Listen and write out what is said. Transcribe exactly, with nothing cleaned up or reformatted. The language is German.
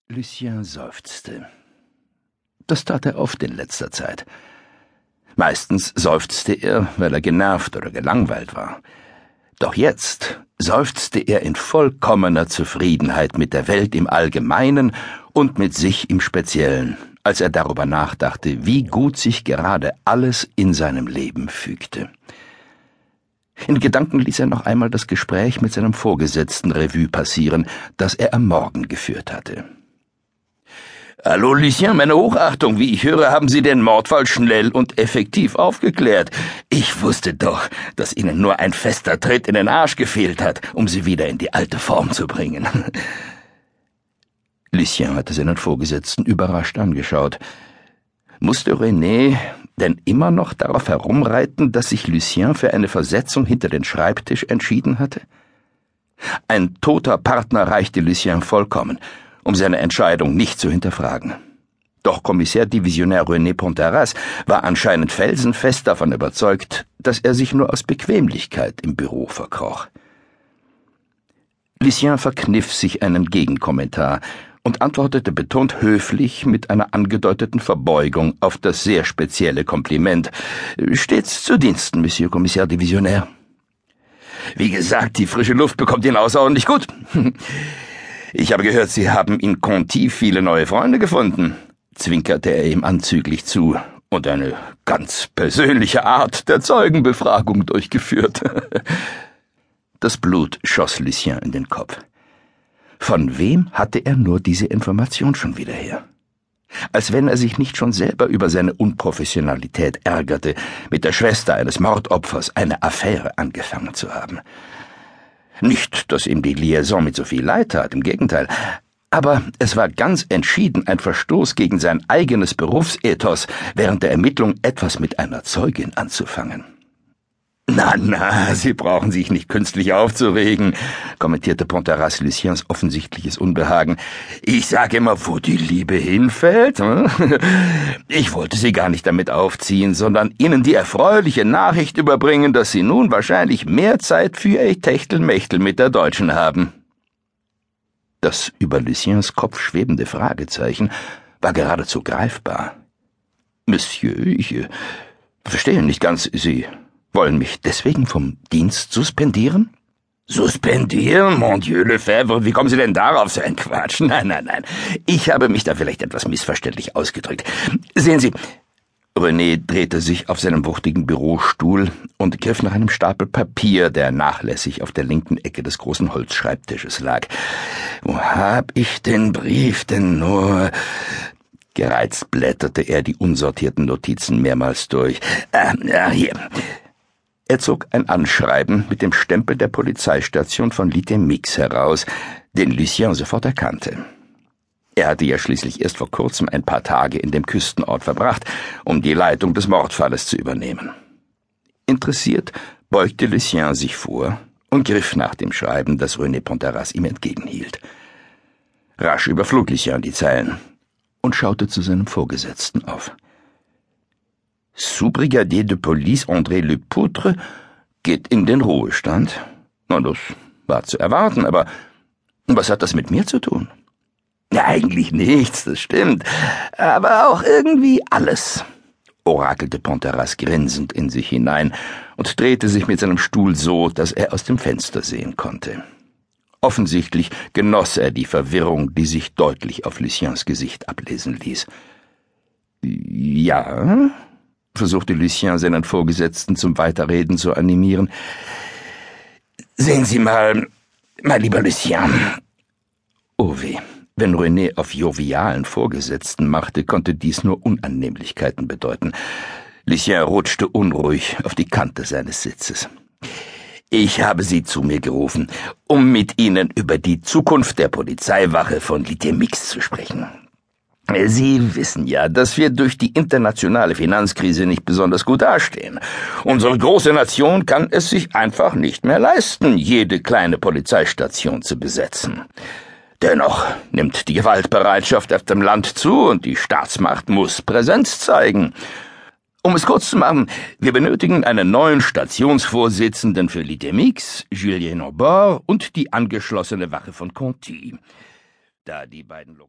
Lucien seufzte. Das tat er oft in letzter Zeit. Meistens seufzte er, weil er genervt oder gelangweilt war. Doch jetzt seufzte er in vollkommener Zufriedenheit mit der Welt im Allgemeinen und mit sich im Speziellen, als er darüber nachdachte, wie gut sich gerade alles in seinem Leben fügte. In Gedanken ließ er noch einmal das Gespräch mit seinem Vorgesetzten Revue passieren, das er am Morgen geführt hatte. »Hallo, Lucien, meine Hochachtung. Wie ich höre, haben Sie den Mordfall schnell und effektiv aufgeklärt. Ich wusste doch, dass Ihnen nur ein fester Tritt in den Arsch gefehlt hat, um Sie wieder in die alte Form zu bringen.« Lucien hatte seinen Vorgesetzten überrascht angeschaut. Musste René denn immer noch darauf herumreiten, dass sich Lucien für eine Versetzung hinter den Schreibtisch entschieden hatte? Ein toter Partner reichte Lucien vollkommen, um seine Entscheidung nicht zu hinterfragen. Doch Kommissär Divisionär René Pontaras war anscheinend felsenfest davon überzeugt, dass er sich nur aus Bequemlichkeit im Büro verkroch. Lucien verkniff sich einen Gegenkommentar und antwortete betont höflich mit einer angedeuteten Verbeugung auf das sehr spezielle Kompliment. »Stets zu Diensten, Monsieur Kommissär Divisionär.« »Wie gesagt, die frische Luft bekommt Ihnen außerordentlich gut. Ich habe gehört, Sie haben in Conti viele neue Freunde gefunden«, zwinkerte er ihm anzüglich zu, »und eine ganz persönliche Art der Zeugenbefragung durchgeführt.« Das Blut schoss Lucien in den Kopf. Von wem hatte er nur diese Information schon wieder her? Als wenn er sich nicht schon selber über seine Unprofessionalität ärgerte, mit der Schwester eines Mordopfers eine Affäre angefangen zu haben. Nicht, dass ihm die Liaison mit so viel leid tat, im Gegenteil. Aber es war ganz entschieden ein Verstoß gegen sein eigenes Berufsethos, während der Ermittlung etwas mit einer Zeugin anzufangen. »Na, na, Sie brauchen sich nicht künstlich aufzuregen«, kommentierte Pontaras Luciens offensichtliches Unbehagen. »Ich sage immer, wo die Liebe hinfällt. Ich wollte Sie gar nicht damit aufziehen, sondern Ihnen die erfreuliche Nachricht überbringen, dass Sie nun wahrscheinlich mehr Zeit für Ihr Techtelmechtel mit der Deutschen haben.« Das über Luciens Kopf schwebende Fragezeichen war geradezu greifbar. »Monsieur, ich äh, verstehe nicht ganz, Sie wollen mich deswegen vom Dienst suspendieren?« »Suspendieren? Mon Dieu, Lefebvre, wie kommen Sie denn darauf, so ein Quatsch? Nein, nein, nein. Ich habe mich da vielleicht etwas missverständlich ausgedrückt. Sehen Sie.« René drehte sich auf seinem wuchtigen Bürostuhl und griff nach einem Stapel Papier, der nachlässig auf der linken Ecke des großen Holzschreibtisches lag. »Wo hab ich den Brief denn nur?« Gereizt blätterte er die unsortierten Notizen mehrmals durch. »Ah, ja, hier.« Er zog ein Anschreiben mit dem Stempel der Polizeistation von Litemix heraus, den Lucien sofort erkannte. Er hatte ja schließlich erst vor kurzem ein paar Tage in dem Küstenort verbracht, um die Leitung des Mordfalles zu übernehmen. Interessiert beugte Lucien sich vor und griff nach dem Schreiben, das René Pontaras ihm entgegenhielt. Rasch überflog Lucien die Zeilen und schaute zu seinem Vorgesetzten auf. Sous-Brigadier de Police André Lepoutre geht in den Ruhestand. Na, das war zu erwarten, aber was hat das mit mir zu tun? Ja, eigentlich nichts, das stimmt, aber auch irgendwie alles, orakelte Pontaras grinsend in sich hinein und drehte sich mit seinem Stuhl so, dass er aus dem Fenster sehen konnte. Offensichtlich genoss er die Verwirrung, die sich deutlich auf Luciens Gesicht ablesen ließ. »Ja?« versuchte Lucien, seinen Vorgesetzten zum Weiterreden zu animieren. »Sehen Sie mal, mein lieber Lucien.« Oh weh, wenn René auf jovialen Vorgesetzten machte, konnte dies nur Unannehmlichkeiten bedeuten. Lucien rutschte unruhig auf die Kante seines Sitzes. »Ich habe Sie zu mir gerufen, um mit Ihnen über die Zukunft der Polizeiwache von Litemix zu sprechen. Sie wissen ja, dass wir durch die internationale Finanzkrise nicht besonders gut dastehen. Unsere große Nation kann es sich einfach nicht mehr leisten, jede kleine Polizeistation zu besetzen. Dennoch nimmt die Gewaltbereitschaft auf dem Land zu und die Staatsmacht muss Präsenz zeigen. Um es kurz zu machen, wir benötigen einen neuen Stationsvorsitzenden für Litemix, Julien Aubord, und die angeschlossene Wache von Conti. Da die beiden